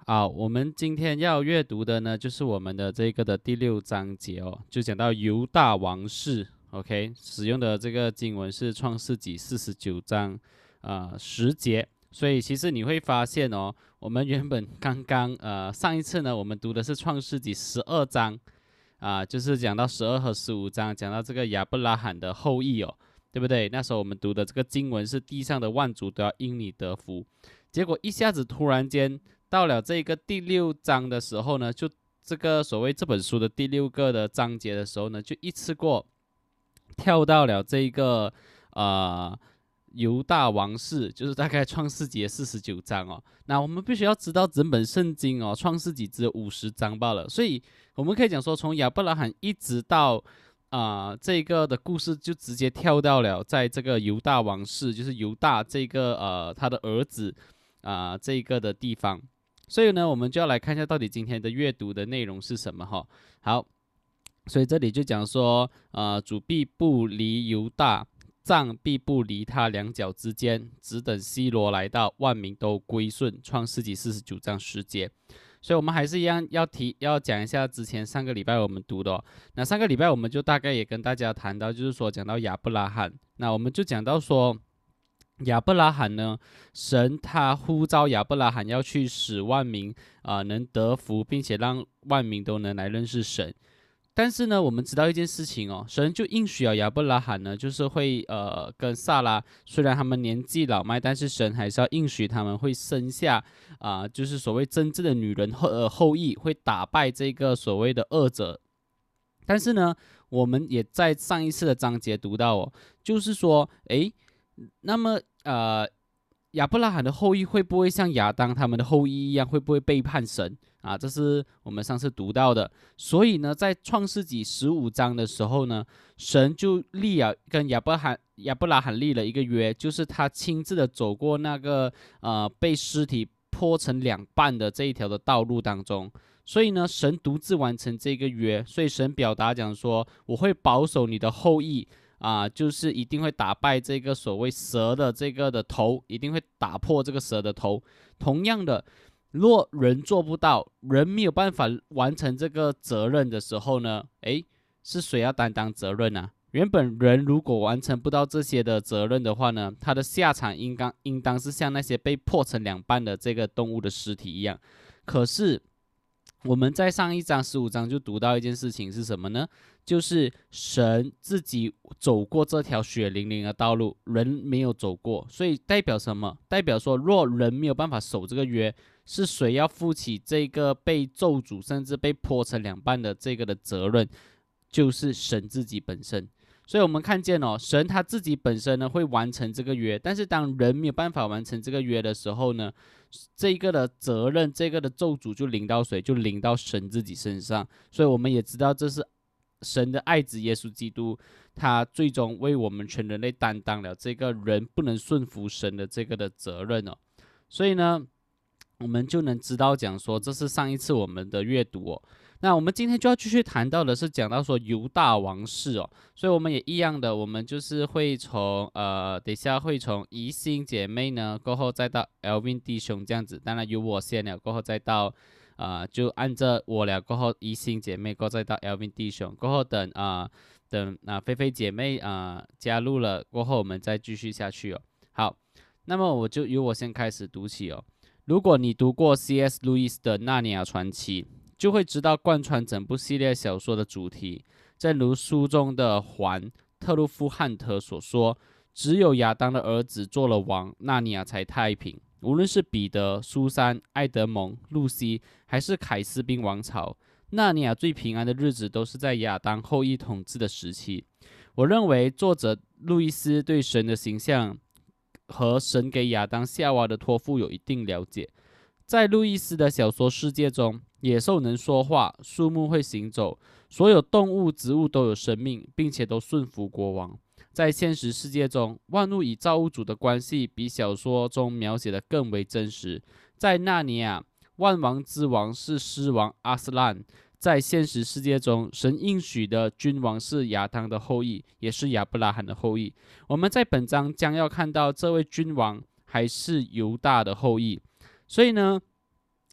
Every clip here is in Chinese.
好，我们今天要阅读的呢，就是我们的这个的第6章节哦，就讲到犹大王室。OK，使用的这个经文是创世纪49章10节。所以其实你会发现哦，我们原本刚刚上一次呢，我们读的是创世纪12章就是讲到12和15章，讲到这个亚伯拉罕的后裔哦，对不对？那时候我们读的这个经文是地上的万族都要因你得福，结果一下子突然间到了这个第6章的时候呢，就这个所谓这本书的第6个的章节的时候呢，就一次过跳到了这个呃犹大王室，就是大概创世纪的49章哦。那我们必须要知道，整本圣经哦，创世纪只有50章罢了，所以我们可以讲说，从亚伯拉罕一直到这个的故事就直接跳到了在这个犹大王室，就是犹大这个他的儿子这个的地方。所以呢，我们就要来看一下到底今天的阅读的内容是什么哈。好，所以这里就讲说，主必不离犹大，杖必不离他两脚之间，只等西罗来到，万民都归顺。创世纪49章10节。所以我们还是一样要讲一下之前上个礼拜我们读的哦。那上个礼拜我们就大概也跟大家谈到，就是说讲到亚伯拉罕，那我们就讲到说。亚伯拉罕呢，神他呼召亚伯拉罕要去使万民能得福，并且让万民都能来认识神。但是呢，我们知道一件事情哦，神就应许了亚伯拉罕呢，就是会跟撒拉，虽然他们年纪老迈，但是神还是要应许他们会生下就是所谓真正的女人后裔，会打败这个所谓的恶者。但是呢，我们也在上一次的章节读到哦，就是说，那么亚伯拉罕的后裔会不会像亚当他们的后裔一样，会不会背叛神啊？这是我们上次读到的。所以呢，在创世纪15章的时候呢，神就跟亚伯拉罕立了一个约，就是他亲自的走过那个被尸体剖成2半的这一条的道路当中。所以呢，神独自完成这个约，所以神表达讲说，我会保守你的后裔。就是一定会打败这个所谓蛇的这个的头，一定会打破这个蛇的头。同样的，若人做不到，人没有办法完成这个责任的时候呢，是谁要担当责任呢？原本人如果完成不到这些的责任的话呢，他的下场应当是像那些被破成2半的这个动物的尸体一样。可是我们在上一章15章就读到一件事情是什么呢？就是神自己走过这条血淋淋的道路，人没有走过，所以代表什么？代表说，若人没有办法守这个约，是谁要负起这个被咒诅甚至被剖成2半的这个的责任？就是神自己本身。所以我们看见哦，神他自己本身呢会完成这个约，但是当人没有办法完成这个约的时候呢，这个的责任，这个的咒诅就临到谁？就临到神自己身上。所以我们也知道这是神的爱子耶稣基督，他最终为我们全人类担当了这个人不能顺服神的这个的责任哦。所以呢，我们就能知道讲说，这是上一次我们的阅读哦。那我们今天就要继续谈到的是讲到说犹大王室哦，所以我们也一样的，我们就是会从等一下会从宜兴姐妹呢过后再到 Elvin 弟兄这样子，当然由我先了过后再到就按着我了过后宜兴姐妹过后再到 Elvin 弟兄过后等菲菲姐妹加入了过后我们再继续下去哦。好，那么我就由我先开始读起哦。如果你读过 C.S. 路易斯的《纳尼亚传奇》，就会知道贯穿整部系列小说的主题。正如书中的特鲁夫汉特所说，只有亚当的儿子做了王，纳尼亚才太平。无论是彼得、苏珊、爱德蒙、露西，还是凯斯宾王朝，纳尼亚最平安的日子都是在亚当后裔统治的时期。我认为作者路易斯对神的形象和神给亚当夏娃的托付有一定了解。在路易斯的小说世界中，野兽能说话，树木会行走，所有动物、植物都有生命，并且都顺服国王。在现实世界中，万物与造物主的关系比小说中描写的更为真实。在纳尼亚，万王之王是狮王阿斯兰。在现实世界中，神应许的君王是亚当的后裔，也是亚伯拉罕的后裔。我们在本章将要看到这位君王还是犹大的后裔。所以呢，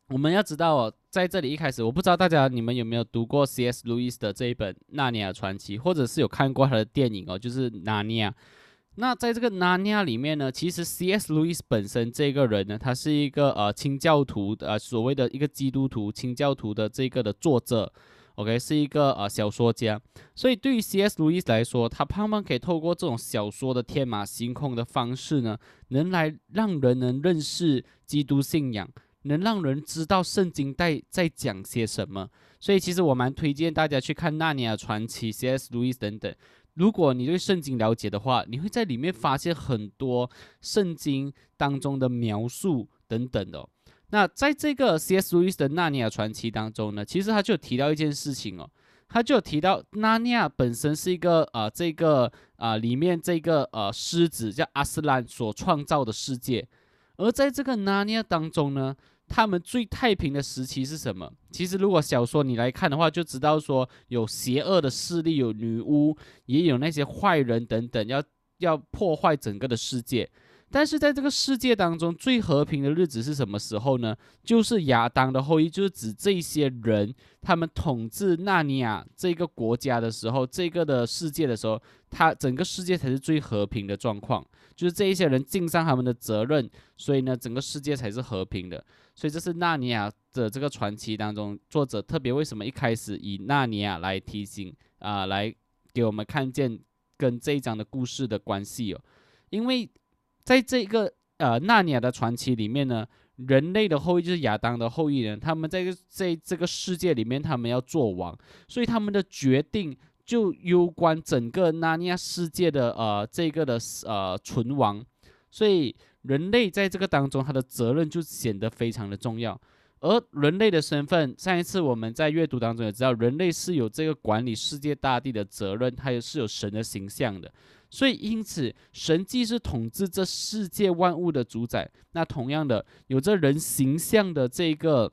我们要知道哦，在这里一开始，我不知道你们有没有读过 C.S. 路易斯的这一本《纳尼亚传奇》，或者是有看过他的电影哦，就是《纳尼亚》。那在这个《纳尼亚》里面呢，其实 C.S. 路易斯本身这个人呢，他是一个清教徒所谓的一个基督徒清教徒的这个的作者，OK，是一个小说家。所以对于 C.S. 路易斯来说，他盼望可以透过这种小说的天马行空的方式呢，能来让人能认识基督信仰。能让人知道圣经在讲些什么，所以其实我蛮推荐大家去看《纳尼亚传奇》、C.S. 路易斯等等。如果你对圣经了解的话，你会在里面发现很多圣经当中的描述等等的哦。那在这个 C.S. 路易斯的《纳尼亚传奇》当中呢，其实他就有提到一件事情哦，他就有提到纳尼亚本身是一个里面这个狮子叫阿斯兰所创造的世界，而在这个纳尼亚当中呢，他们最太平的时期是什么？其实如果小说你来看的话，就知道说有邪恶的势力，有女巫，也有那些坏人等等，要破坏整个的世界。但是在这个世界当中，最和平的日子是什么时候呢？就是亚当的后裔，就是指这些人，他们统治纳尼亚这个国家的时候，这个的世界的时候，整个世界才是最和平的状况。就是这一些人尽上他们的责任，所以呢，整个世界才是和平的。所以这是纳尼亚的这个传奇当中，作者特别为什么一开始以纳尼亚来提醒来给我们看见跟这一章的故事的关系哦。因为在这个纳尼亚的传奇里面呢，人类的后裔就是亚当的后裔人，他们在这个世界里面，他们要做王，所以他们的决定就攸关整个纳尼亚世界的这个的存亡，所以人类在这个当中，他的责任就显得非常的重要。而人类的身份，上一次我们在阅读当中也知道，人类是有这个管理世界大地的责任，他也是有神的形象的。所以，因此，神既是统治这世界万物的主宰，那同样的，有着人形象的这个，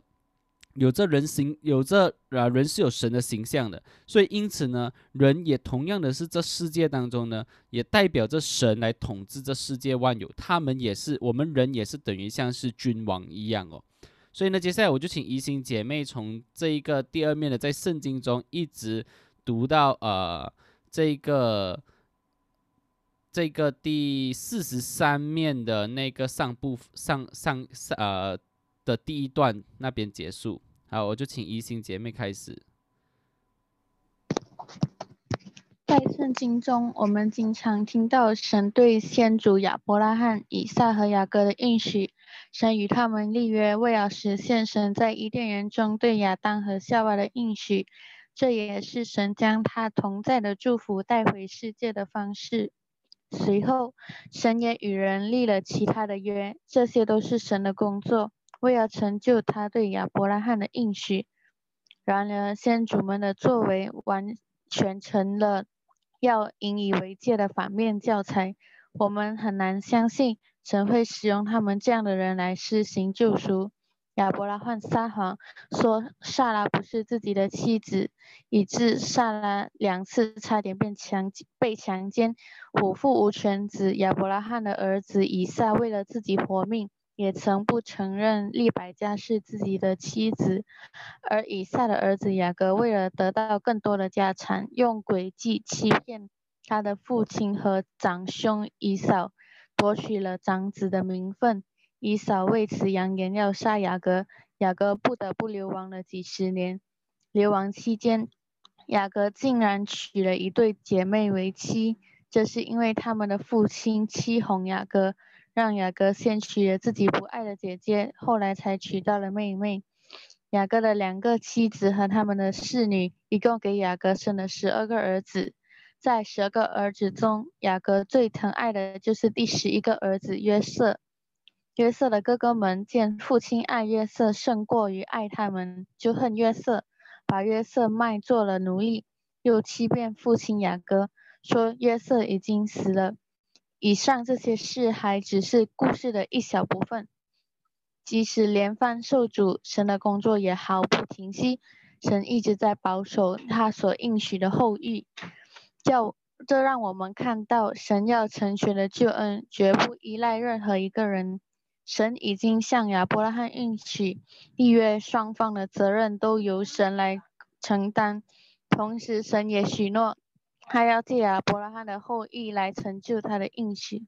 人是有神的形象的，所以因此呢，人也同样的是这世界当中呢，也代表着神来统治这世界万有，我们人也是等于像是君王一样哦。所以呢，接下来我就请怡心姐妹从这一个第二面的，在圣经中一直读到这个第43面的那个上部的第一段那边结束。好，我就请怡心姐妹开始。 在圣经中，我们经常听到神对先祖亚伯拉罕、以撒和雅各的应许。神与他们立约，为了实现神在伊甸园中对亚当和夏娃的应许，这也是神将他同在的祝福带回世界的方式。随后，神也与人立了其他的约，这些都是神的工作，为了成就他对亚伯拉罕的应许。然而，先祖们的作为完全成了要引以为戒的反面教材。我们很难相信神会使用他们这样的人来施行救赎。亚伯拉罕撒谎说撒拉不是自己的妻子，以致撒拉2次差点被强奸。虎父无犬子亚伯拉罕的儿子以撒为了自己活命，也曾不承认利百加是自己的妻子。而以撒的儿子雅各为了得到更多的家产，用诡计欺骗他的父亲和长兄以扫，夺取了长子的名分。以扫为此扬言要杀雅各，雅各不得不流亡了几十年。流亡期间，雅各竟然娶了一对姐妹为妻，这是因为他们的父亲欺哄雅各，让雅各先娶了自己不爱的姐姐，后来才娶到了妹妹。雅各的2个妻子和他们的侍女，一共给雅各生了12个儿子。在12个儿子中，雅各最疼爱的就是第11个儿子约瑟。约瑟的哥哥们见父亲爱约瑟胜过于爱他们，就恨约瑟，把约瑟卖做了奴隶，又欺骗父亲雅各，说约瑟已经死了。以上这些事还只是故事的一小部分。即使连番受阻，神的工作也毫不停息。神一直在保守他所应许的后裔，这让我们看到神要成全的救恩绝不依赖任何一个人。 神已经向亚伯拉罕应许，立约双方的责任都由神来承担。同时，神也许诺，他要借亚伯拉罕的后裔来成就他的应许。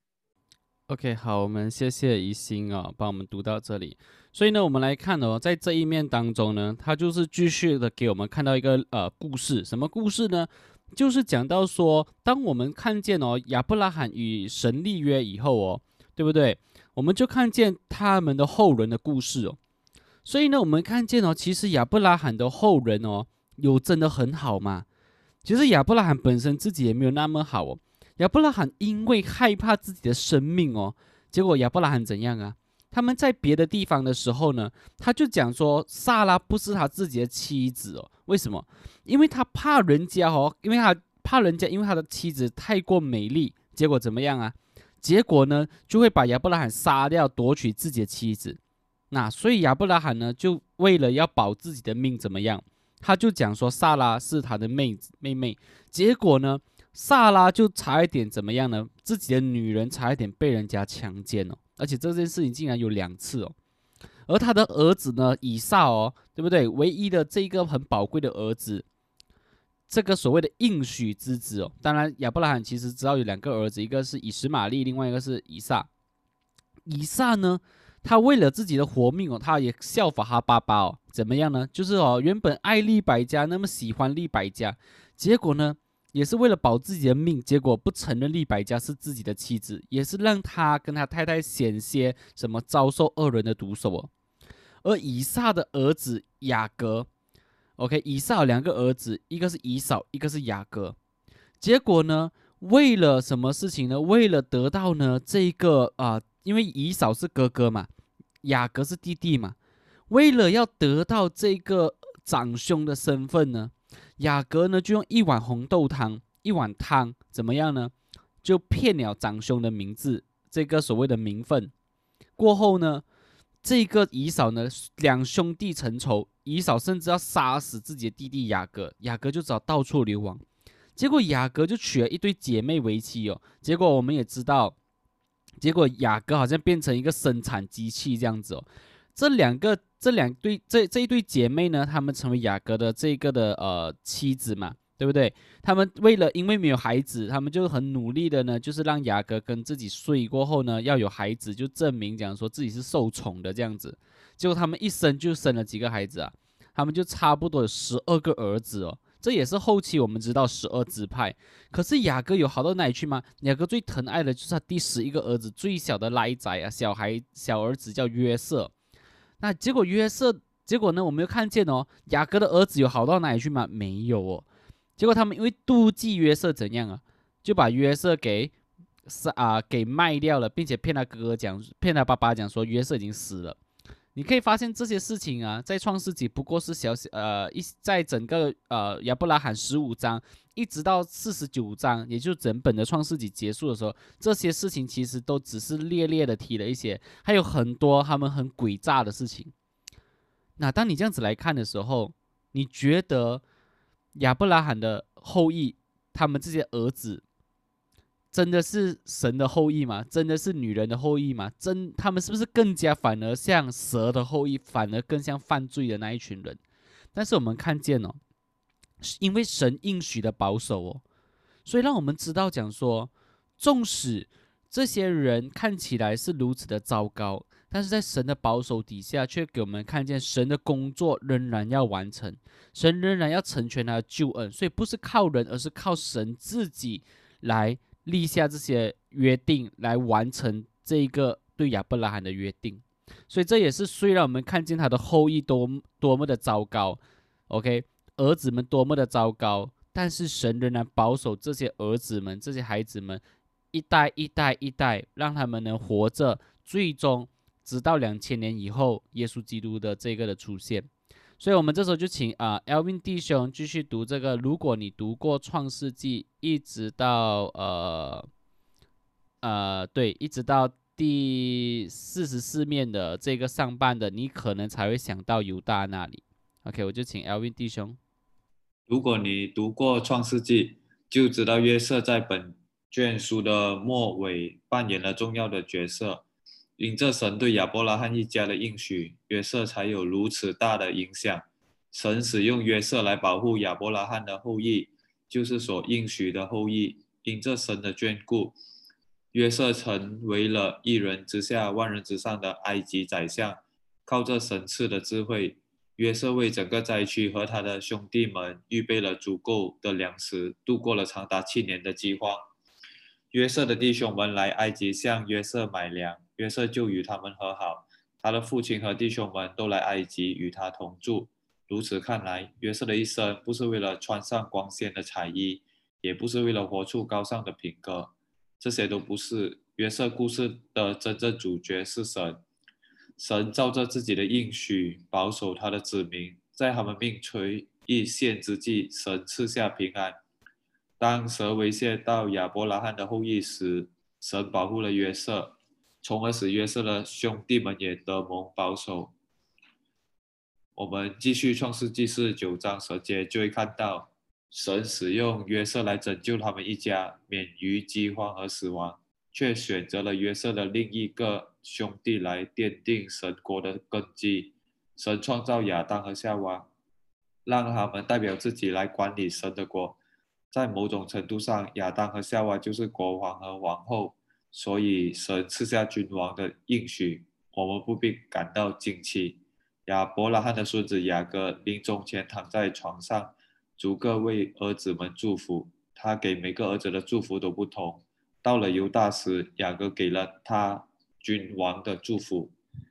OK，好，我们谢谢怡心哦，帮我们读到这里。所以呢，我们来看哦，在这一面当中呢，他就是继续的给我们看到一个故事，什么故事呢？就是讲到说，当我们看见哦亚伯拉罕与神立约以后哦，对不对？我们就看见他们的后人的故事哦。所以呢，我们看见哦，其实亚伯拉罕的后人哦，有真的很好吗？其实亚伯拉罕本身自己也没有那么好哦。亚伯拉罕因为害怕自己的生命哦，结果亚伯拉罕怎样啊？他们在别的地方的时候呢，他就讲说萨拉不是他自己的妻子哦。为什么？因为他怕人家哦，因为他怕人家，因为他的妻子太过美丽，结果怎么样啊？结果呢，就会把亚伯拉罕杀掉，夺取自己的妻子。那所以亚伯拉罕呢，就为了要保自己的命，怎么样？他就讲说萨拉是他的妹妹。结果呢，萨拉就差一点怎么样呢？自己的女人差一点被人家强奸哦，而且这件事情竟然有2次哦。而他的儿子呢，以撒哦，对不对？唯一的这一个很宝贵的儿子，这个所谓的应许之子哦。当然，亚伯拉罕其实知道有2个儿子，一个是以实玛利，另外一个是以撒。以撒呢，他为了自己的活命哦，他也效法他爸爸哦，怎么样呢？就是哦，原本爱利百加，那么喜欢利百加，结果呢，也是为了保自己的命，结果不承认利百加是自己的妻子，也是让他跟他太太险些什么遭受恶人的毒手哦。而以撒的儿子雅各，OK，以撒有2个儿子，一个是以扫，一个是雅各。结果呢，为了什么事情呢？为了得到呢这个因为以扫是哥哥嘛，雅各是弟弟嘛，为了要得到这个长兄的身份呢，雅各呢就用1碗红豆汤，1碗汤怎么样呢？就骗了长兄的名字，这个所谓的名分。过后呢，这个以扫呢，2兄弟成仇，以扫甚至要杀死自己的弟弟雅各，雅各就只好到处流亡。结果雅各就娶了一对姐妹为妻哦。结果我们也知道，结果雅各好像变成一个生产机器这样子哦。这一对姐妹呢，她们成为雅各的这个的妻子嘛，对不对？他们因为没有孩子，他们就很努力的呢，就是让雅各跟自己睡过后呢，要有孩子，就证明讲说自己是受宠的这样子。结果他们一生就生了几个孩子啊？他们就差不多有12个儿子哦。这也是后期我们知道12支派。可是雅各有好到哪里去吗？雅各最疼爱的就是他第11个儿子，最小的拉宰啊，小儿子叫约瑟。那结果呢，我们又看见哦，雅各的儿子有好到哪里去吗？没有哦。结果他们因为妒忌约瑟怎样啊，就把约瑟给卖掉了，并且骗他爸爸讲说约瑟已经死了。你可以发现这些事情啊，在创世纪不过是在整个亚伯拉罕15章一直到49章，也就是整本的创世纪结束的时候，这些事情其实都只是略略的提了一些，还有很多他们很诡诈的事情。那当你这样子来看的时候，你觉得亚伯拉罕的后裔，他们这些儿子，真的是神的后裔吗？真的是女人的后裔吗？他们是不是更加反而像蛇的后裔，反而更像犯罪的那一群人？但是我们看见哦，因为神应许的保守哦，所以让我们知道讲说，纵使这些人看起来是如此的糟糕，但是在神的保守底下，却给我们看见神的工作仍然要完成，神仍然要成全他的救恩。所以不是靠人，而是靠神自己来立下这些约定，来完成这一个对亚伯拉罕的约定。所以这也是虽然我们看见他的后裔多么的糟糕，OK，儿子们多么的糟糕，但是神仍然保守这些儿子们、这些孩子们，一代一代一代，让他们能活着，最终直到2000年以后，耶稣基督的这个的出现。所以，我们这时候就请Elvin 弟兄继续读这个。如果你读过创世纪，一直到对，一直到第44面的这个上半的，你可能才会想到犹大那里。OK，我就请 Elvin 弟兄。 如果你读过《创世纪》，就知道约瑟在本卷书的末尾扮演了重要的角色。 因着神对亚伯拉罕一家的应许，约瑟才有如此大的影响。神使用约瑟来保护亚伯拉罕的后裔，就是所应许的后裔。因着神的眷顾，约瑟成为了一人之下万人之上的埃及宰相。靠着神赐的智慧，约瑟为整个灾区和他的兄弟们预备了足够的粮食，度过了长达7年的饥荒。约瑟的弟兄们来埃及向约瑟买粮，约瑟就与他们和好。他的父亲和弟兄们都来埃及与他同住。如此看来，约瑟的一生不是为了穿上光鲜的彩衣，也不是为了活出高尚的品格，这些都不是。约瑟故事的真正主角是神。神照着自己的应许保守他的子民，在他们命垂一线之际，神赐下平安。当蛇威胁到亚伯拉罕的后裔时，神保护了约瑟，从而使约瑟的兄弟们也得蒙保守。我们继续创世纪49章10节，就会看到神使用约瑟来拯救他们一家免于饥荒和死亡，却选择了约瑟的另一个兄弟来奠定神国的根基。神创造亚当和夏娃，让他们代表自己来管理神的国。在某种程度上，亚当和夏娃就是国王和王后，所以神赐下君王的应许，我们不必感到惊奇。亚伯拉罕的孙子雅各临终前躺在床上，逐个为儿子们祝福。他给每个儿子的祝福都不同。到了犹大时，雅各给了他君王的祝福。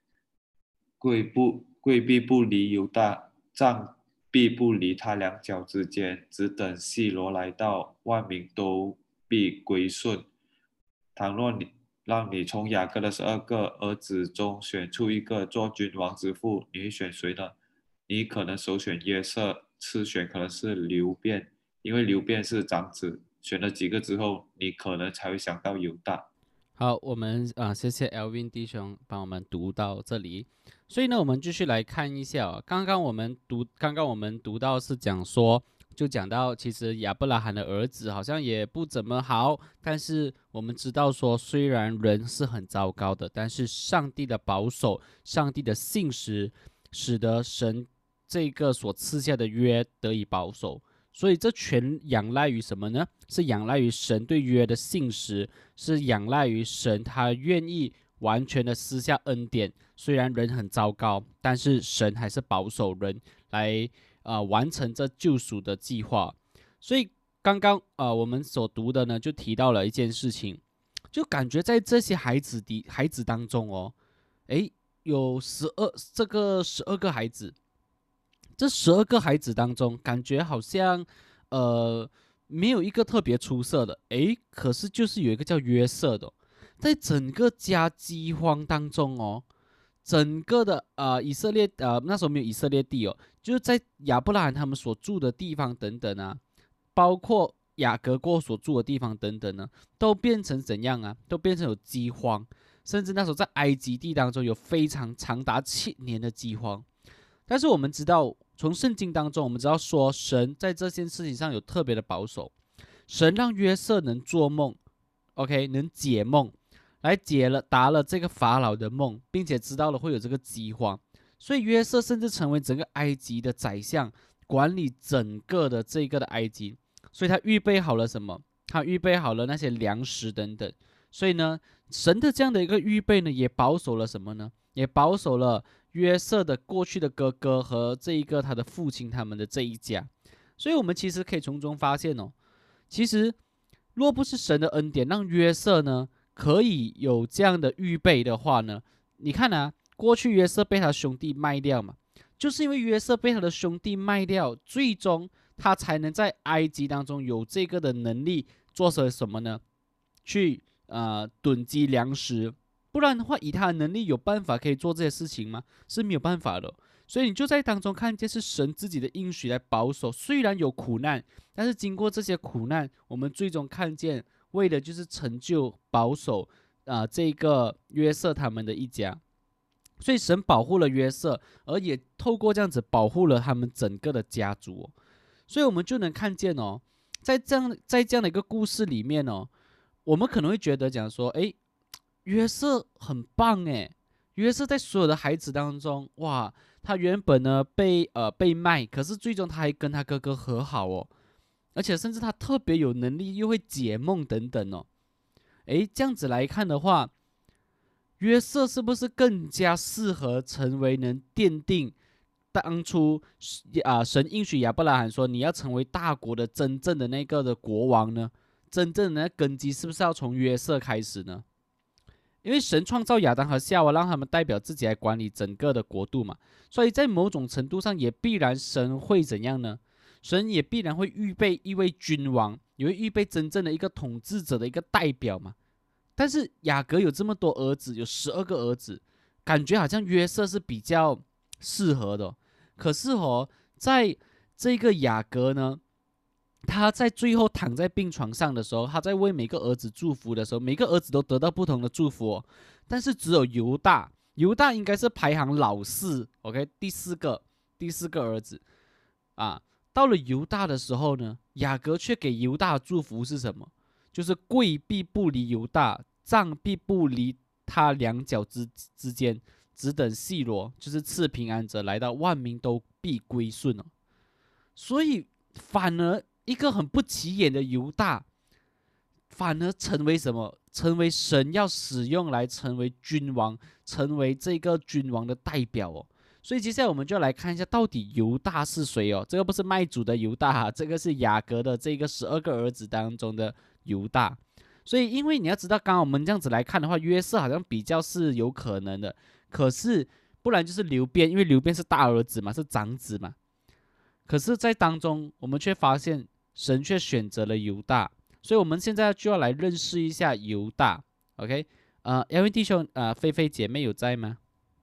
贵必不离犹大，杖必不离他两脚之间，只等细罗来到，万民都必归顺。倘若让你从雅各的12个儿子中选出一个做君王之父，你会选谁呢？你可能首选约瑟，次选可能是流便，因为流便是长子。选了几个之后，你可能才会想到犹大。 好，我们谢谢 Elvin 弟兄帮我们读到这里。所以呢，我们继续来看一下刚刚我们读到是讲说，就讲到其实亚伯拉罕的儿子好像也不怎么好，但是我们知道说，虽然人是很糟糕的，但是上帝的保守，上帝的信实，使得神这个所赐下的约得以保守。所以这全仰赖于什么呢？是仰赖于神对约的信实，是仰赖于神他愿意完全的施下恩典。虽然人很糟糕，但是神还是保守人来完成这救赎的计划。所以刚刚我们所读的呢，就提到了一件事情，就感觉在这些孩子当中有这个12个孩子。这12个孩子当中，感觉好像没有一个特别出色的，可是就是有一个叫约瑟的在整个家饥荒当中整个的以色列那时候没有以色列地就是在亚伯拉罕他们所住的地方等等啊，包括雅各过所住的地方等等呢，都变成怎样啊？都变成有饥荒，甚至那时候在埃及地当中有非常长达7年的饥荒。但是我们知道，从圣经当中，我们知道说，神在这件事情上有特别的保守。神让约瑟能做梦能解梦，来答了这个法老的梦，并且知道了会有这个饥荒。所以约瑟甚至成为整个埃及的宰相，管理整个的这个的埃及。所以他预备好了什么？他预备好了那些粮食等等。所以呢，神的这样的一个预备呢，也保守了什么呢？也保守了约瑟的过去的哥哥和这一个他的父亲他们的这一家。所以我们其实可以从中发现其实若不是神的恩典让约瑟呢可以有这样的预备的话呢，你看过去约瑟被他兄弟卖掉嘛，就是因为约瑟被他的兄弟卖掉，最终他才能在埃及当中有这个的能力做些什么呢？去囤积粮食。不然的话，以他的能力有办法可以做这些事情吗？是没有办法的。所以你就在当中看见是神自己的应许来保守，虽然有苦难，但是经过这些苦难，我们最终看见为的就是成就保守这个约瑟他们的一家。所以神保护了约瑟，而也透过这样子保护了他们整个的家族所以我们就能看见在这样的一个故事里面我们可能会觉得讲说， 约瑟很棒诶，约瑟在所有的孩子当中，哇，他原本呢被卖，可是最终他还跟他哥哥和好哦，而且甚至他特别有能力，又会解梦等等哦。诶，这样子来看的话，约瑟是不是更加适合成为能奠定当初神应许亚伯拉罕说你要成为大国的真正的那个的国王呢？真正的那根基是不是要从约瑟开始呢？因为神创造亚当和夏娃，让他们代表自己来管理整个的国度嘛，所以在某种程度上也必然神会怎样呢？神也必然会预备一位君王，也会预备真正的一个统治者的一个代表嘛。但是雅各有这么多儿子，有12个儿子，感觉好像约瑟是比较适合的哦。可是哦，在这个雅各呢，他在最后躺在病床上的时候，他在为每个儿子祝福的时候，每个儿子都得到不同的祝福哦。但是只有犹大，犹大应该是排行老四，OK，第四个儿子啊。到了犹大的时候呢，雅各却给犹大的祝福是什么？就是贵必不离犹大，杖必不离他两脚之间，只等细罗，就是赐平安者来到，万民都必归顺哦。所以反而一个很不起眼的犹大，反而成为什么？成为神要使用来成为君王，成为这个君王的代表哦。所以接下来我们就来看一下，到底犹大是谁哦？这个不是卖主的犹大，这个是雅各的这个12个儿子当中的犹大。所以，因为你要知道，刚刚我们这样子来看的话，约瑟好像比较是有可能的，可是不然就是流便，因为流便是大儿子嘛，是长子嘛。可是，在当中，我们却发现神却选择了犹大，所以我们现在就要来认识一下犹大。OK，两位弟兄，菲菲姐妹有在吗？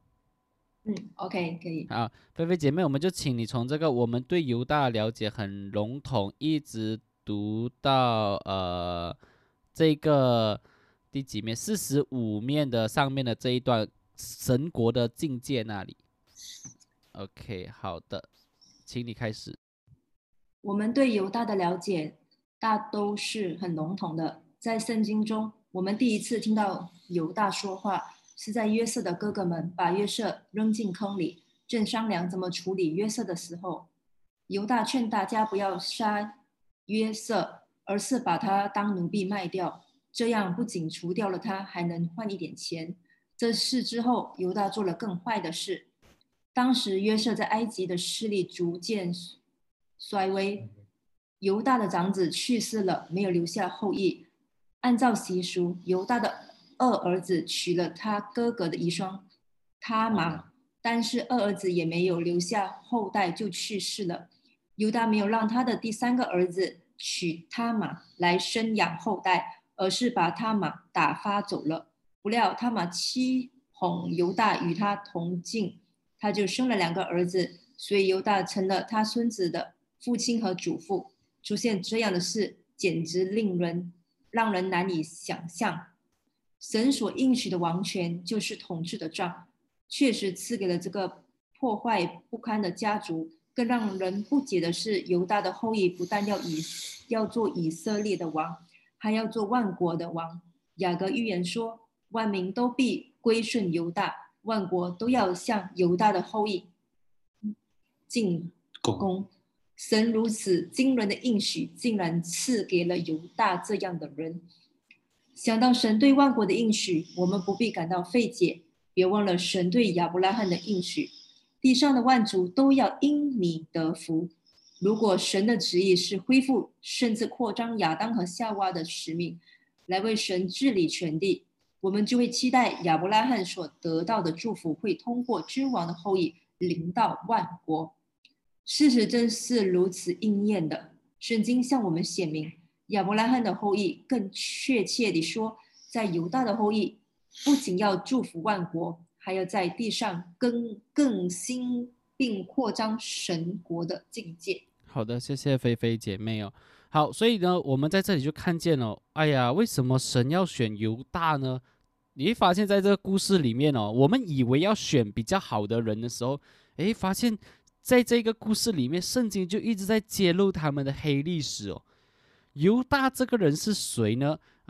OK， 可以。 好，菲菲姐妹，我们就请你从这个我们对犹大的了解很笼统，一直读到这个第几面45面的上面的这一段神国的境界那里。OK， 好的，请你开始。 我们对犹大的了解大都是很笼统的，在圣经中，我们第一次听到犹大说话，是在约瑟的哥哥们把约瑟扔进坑里，正商量怎么处理约瑟的时候，犹大劝大家不要杀约瑟，而是把他当奴婢卖掉，这样不仅除掉了他，还能换一点钱。这事之后，犹大做了更坏的事。当时约瑟在埃及的势力逐渐衰微，犹大的长子去世了，没有留下后裔。按照习俗，犹大的二儿子娶了他哥哥的遗孀他玛，但是二儿子也没有留下后代就去世了。犹大没有让他的第3个儿子娶他玛来生养后代，而是把他玛打发走了。不料他玛欺哄犹大与他同境，他就生了2个儿子，所以犹大成了他孙子的父亲和祖父。出现这样的事，简直让人难以想象。神所应许的王权就是统治的杖，确实赐给了这个破坏不堪的家族。更让人不解的是，犹大的后裔不但要做以色列的王，还要做万国的王。雅各预言说，万民都必归顺犹大，万国都要向犹大的后裔进攻。神如此惊人的应许，竟然赐给了犹大这样的人。想到神对万国的应许，我们不必感到费解。别忘了神对亚伯拉罕的应许，地上的万族都要因你得福。如果神的旨意是恢复甚至扩张亚当和夏娃的使命，来为神治理全地，我们就会期待亚伯拉罕所得到的祝福会通过君王的后裔临到万国。事实真是如此应验的。圣经向我们显明，亚伯拉罕的后裔，更确切地说，在犹大的后裔，不仅要祝福万国，还要在地上更新并扩张神国的境界。 好的，谢谢菲菲姐妹哦。好，所以呢，我们在这里就看见了，哎呀，为什么神要选犹大呢？你会发现在这个故事里面哦，我们以为要选比较好的人的时候，诶，发现在这个故事里面，圣经就一直在揭露他们的黑历史哦。犹大这个人是谁呢？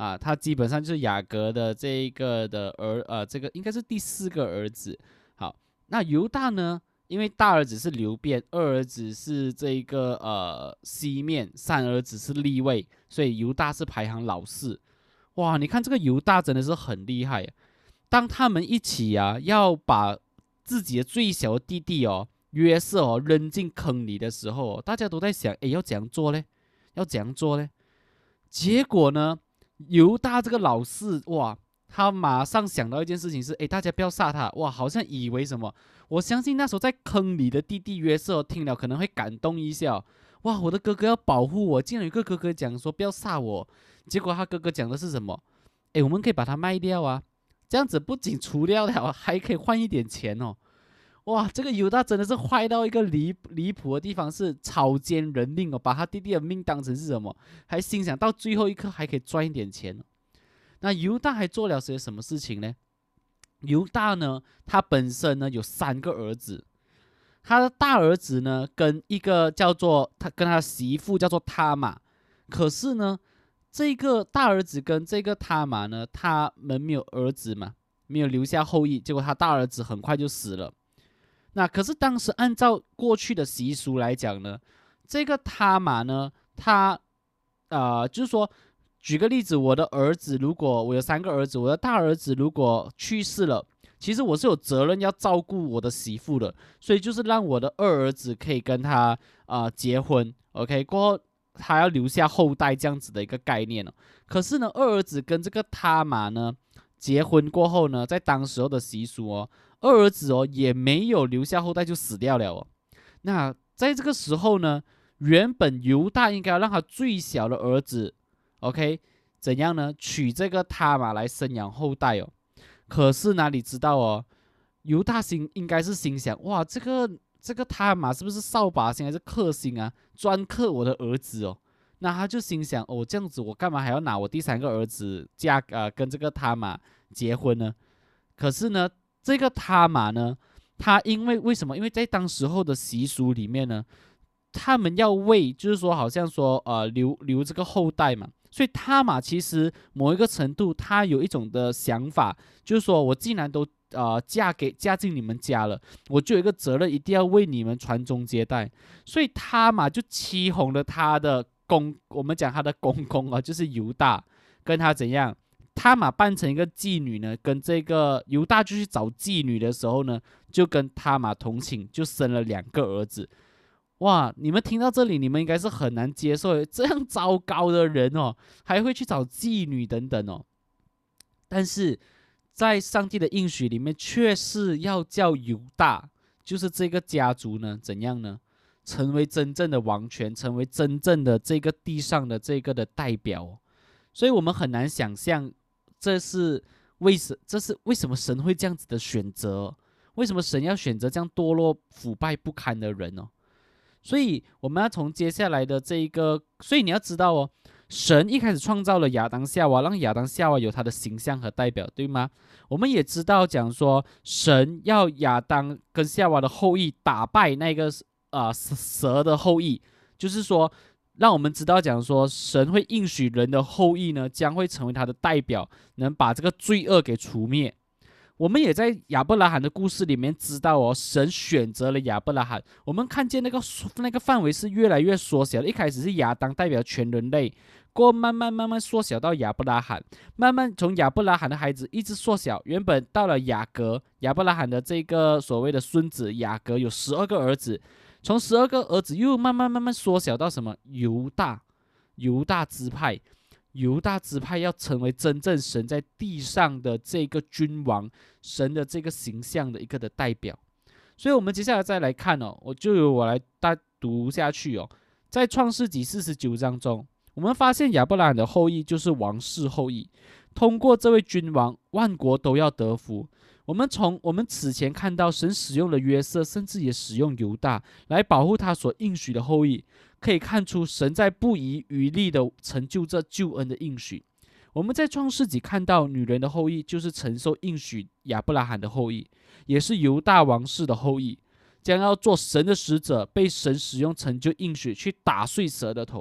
啊，他基本上就是雅各的这一个的这个应该是第4个儿子。好，那犹大呢？因为大儿子是流便，二儿子是这个西面，三儿子是利未，所以犹大是排行老4。哇，你看这个犹大真的是很厉害。当他们一起要把自己的最小的弟弟约瑟扔进坑里的时候，大家都在想，要怎样做呢？要怎样做呢？结果呢，犹大这个老4，哇，他马上想到一件事情是，大家不要杀他。哇，好像以为什么？我相信那时候在坑里的弟弟约瑟听了可能会感动一下。哇，我的哥哥要保护我，竟然有个哥哥讲说不要杀我。结果他哥哥讲的是什么？我们可以把它卖掉啊，这样子不仅除掉了，还可以换一点钱哦。哇，这个犹大真的是坏到一个离谱的地方，是草菅人命哦，把他弟弟的命当成是什么？还心想到最后一刻还可以赚一点钱。那犹大还做了些什么事情呢？犹大呢，他本身呢有3个儿子，他的大儿子呢跟一个叫做他跟他的媳妇叫做他玛，可是呢，这个大儿子跟这个他玛呢，他们没有儿子嘛，没有留下后裔，结果他大儿子很快就死了。那可是当时按照过去的习俗来讲呢，这个他玛呢，他就是说，举个例子，我的儿子如果我有3个儿子，我的大儿子如果去世了，其实我是有责任要照顾我的媳妇的，所以就是让我的2儿子可以跟他结婚 ，OK， 过后他要留下后代这样子的一个概念哦。可是呢，2儿子跟这个他玛呢结婚过后呢，在当时候的习俗2儿子也没有留下后代就死掉了哦。那在这个时候呢，原本犹大应该要让他最小的儿子 ，OK， 怎样呢？娶这个他玛来生养后代哦。可是哪里知道犹大应该是心想，哇，这个他玛是不是扫把星还是克星啊？专克我的儿子哦。那他就心想，这样子我干嘛还要拿我第3个儿子跟这个他玛结婚呢？可是呢，这个他玛呢，他为什么？因为在当时候的习俗里面呢，他们要就是说好像说留这个后代嘛，所以他玛其实某一个程度，他有一种的想法，就是说我既然都嫁进你们家了，我就有一个责任，一定要为你们传宗接代。所以他玛就欺哄了他的我们讲他的公公就是犹大，跟他怎样？他玛扮成一个妓女呢，跟这个犹大就去找妓女的时候呢，就跟他玛同寝，就生了2个儿子。哇，你们听到这里，你们应该是很难接受，这样糟糕的人还会去找妓女等等但是在上帝的应许里面，却是要叫犹大，就是这个家族呢，怎样呢？成为真正的王权，成为真正的这个地上的这个的代表所以我们很难想象，这是为什么神会这样子的选择？为什么神要选择这样堕落、腐败不堪的人呢？所以我们要从接下来的这一个，所以你要知道神一开始创造了亚当夏娃，让亚当夏娃有他的形象和代表，对吗？我们也知道讲说，神要亚当跟夏娃的后裔打败那个蛇的后裔，就是说，让我们知道讲说，神会应许人的后裔呢，将会成为他的代表，能把这个罪恶给除灭。我们也在亚伯拉罕的故事里面知道神选择了亚伯拉罕。我们看见那个范围是越来越缩小的，一开始是亚当代表全人类，过后慢慢缩小到亚伯拉罕，慢慢从亚伯拉罕的孩子一直缩小，原本到了雅各，亚伯拉罕的这个所谓的孙子雅各有12个儿子，从12个儿子又慢慢缩小到什么？犹大支派。犹大支派要成为真正神在地上的这个君王，神的这个形象的一个的代表。所以我们接下来再来看我就由我来读下去在创世纪49章中，我们发现亚伯拉罕的后裔就是王室后裔，通过这位君王，万国都要得福。我们此前看到神使用了约瑟，甚至也使用犹大来保护他所应许的后裔，可以看出神在不遗余力的成就这救恩的应许。我们在创世纪看到女人的后裔就是承受应许亚伯拉罕的后裔，也是犹大王室的后裔，将要做神的使者，被神使用成就应许去打碎蛇的头。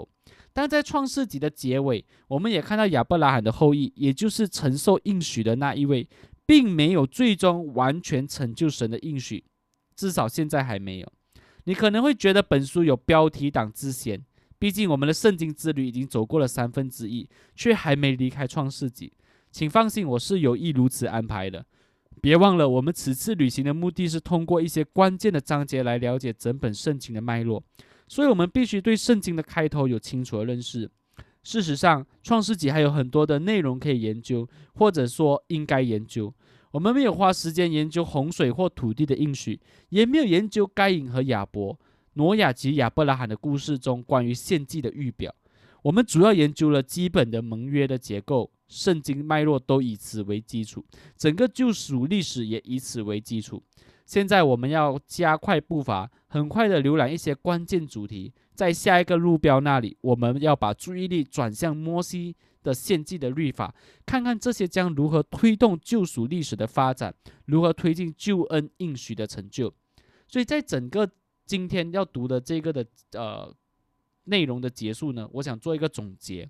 但在创世纪的结尾，我们也看到亚伯拉罕的后裔，也就是承受应许的那一位，并没有最终完全成就神的应许，至少现在还没有。你可能会觉得本书有标题党之嫌，毕竟我们的圣经之旅已经走过了1/3，却还没离开创世纪。请放心，我是有意如此安排的。别忘了，我们此次旅行的目的是通过一些关键的章节来了解整本圣经的脉络，所以我们必须对圣经的开头有清楚的认识。事实上，创世纪还有很多的内容可以研究，或者说应该研究。我们没有花时间研究洪水或土地的应许，也没有研究该隐和亚伯、挪亚及亚伯拉罕的故事中关于献祭的预表。我们主要研究了基本的盟约的结构，圣经脉络都以此为基础，整个救赎历史也以此为基础。现在我们要加快步伐，很快的浏览一些关键主题。在下一个路标那里，我们要把注意力转向摩西的献祭的律法，看看这些将如何推动救赎历史的发展，如何推进救恩应许的成就。所以在整个今天要读的这个的内容的结束呢，我想做一个总结。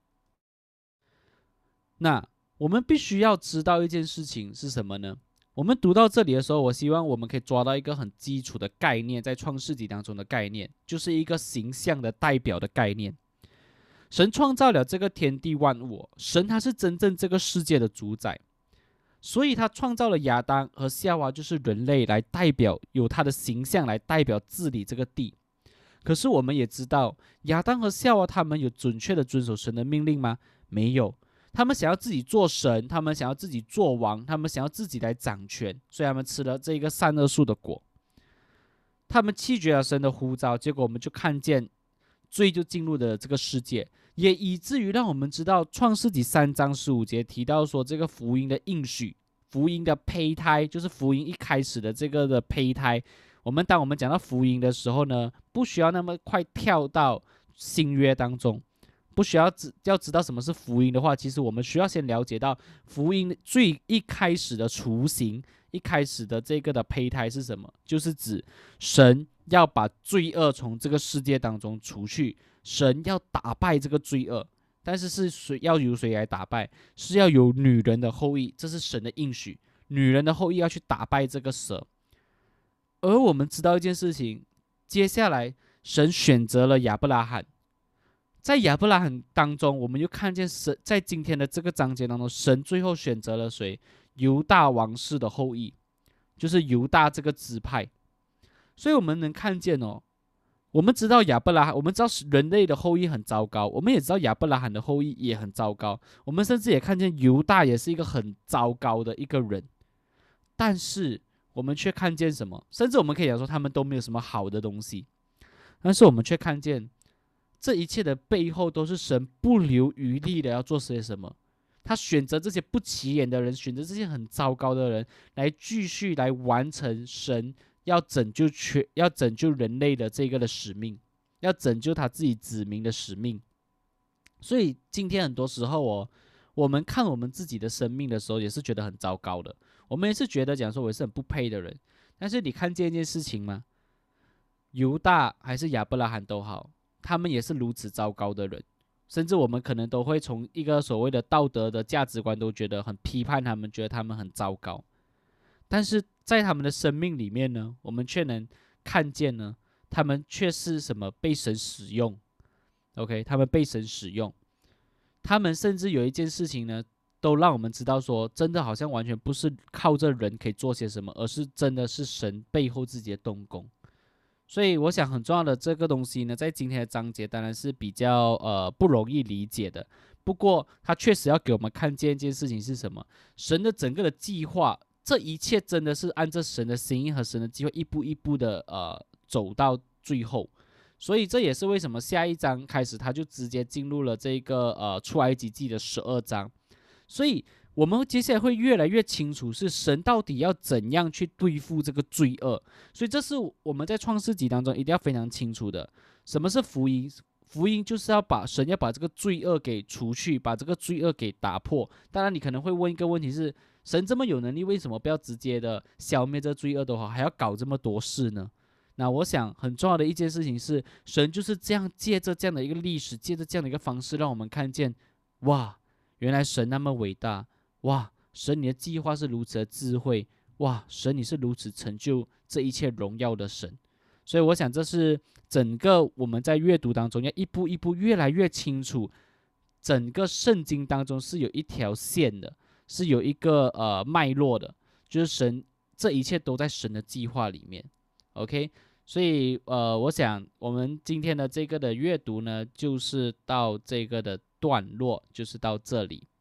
那我们必须要知道一件事情是什么呢？我们读到这里的时候，我希望我们可以抓到一个很基础的概念，在创世纪当中的概念，就是一个形象的代表的概念。神创造了这个天地万物，神他是真正这个世界的主宰，所以他创造了亚当和夏娃，就是人类来代表，有他的形象来代表治理这个地。可是我们也知道，亚当和夏娃他们有准确的遵守神的命令吗？没有。他们想要自己做神，他们想要自己做王，他们想要自己来掌权，所以他们吃了这个善恶树的果。他们弃绝了神的呼召，结果我们就看见罪就进入了这个世界，也以至于让我们知道创世纪3章15节提到说，这个福音的应许，福音的胚胎，就是福音一开始的这个的胚胎。当我们讲到福音的时候呢，不需要那么快跳到新约当中，不需要要知道什么是福音的话，其实我们需要先了解到福音最一开始的雏形，一开始的这个的胚胎是什么，就是指神要把罪恶从这个世界当中除去，神要打败这个罪恶，但是要由谁来打败？是要有女人的后裔，这是神的应许，女人的后裔要去打败这个蛇。而我们知道一件事情，接下来神选择了亚伯拉罕，在亚伯拉罕当中，我们又看见神在今天的这个章节当中，神最后选择了谁？犹大王室的后裔，就是犹大这个支派。所以我们能看见哦，我们知道亚伯拉罕，我们知道人类的后裔很糟糕，我们也知道亚伯拉罕的后裔也很糟糕，我们甚至也看见犹大也是一个很糟糕的一个人，但是我们却看见什么？甚至我们可以讲说他们都没有什么好的东西，但是我们却看见这一切的背后都是神不留余力的要做些什么。他选择这些不起眼的人，选择这些很糟糕的人，来继续来完成神要拯救人类的这个的使命，要拯救他自己子民的使命。所以今天很多时候我们看我们自己的生命的时候，也是觉得很糟糕的。我们也是觉得讲说我是很不配的人。但是你看见一件事情吗？犹大还是亚伯拉罕都好，他们也是如此糟糕的人。甚至我们可能都会从一个所谓的道德的价值观都觉得很批判他们，觉得他们很糟糕。但是在他们的生命里面呢，我们却能看见呢，他们却是什么？被神使用。OK， 他们被神使用。他们甚至有一件事情呢，都让我们知道说，真的好像完全不是靠着人可以做些什么，而是真的是神背后自己的动工。所以我想很重要的这个东西呢，在今天的章节当然是比较不容易理解的。不过它确实要给我们看见一件事情是什么？神的整个的计划，这一切真的是按照神的心意和神的计划一步一步的走到最后。所以这也是为什么下一章开始他就直接进入了这个出埃及记的12章。所以我们接下来会越来越清楚是神到底要怎样去对付这个罪恶。所以这是我们在创世纪当中一定要非常清楚的。什么是福音？福音就是神要把这个罪恶给除去，把这个罪恶给打破。当然你可能会问一个问题是，神这么有能力，为什么不要直接的消灭这罪恶的话，还要搞这么多事呢？ 那我想很重要的一件事情是，神就是这样借着这样的一个历史，借着这样的一个方式，让我们看见，哇，原来神那么伟大，哇，神你的计划是如此的智慧，哇，神你是如此成就这一切荣耀的神。所以我想这是整个我们在阅读当中要一步一步越来越清楚，整个圣经当中是有一条线的，是有一个脉络的，就是神这一切都在神的计划里面。OK， 所以我想我们今天的这个的阅读呢，就是到这个的段落，就是到这里。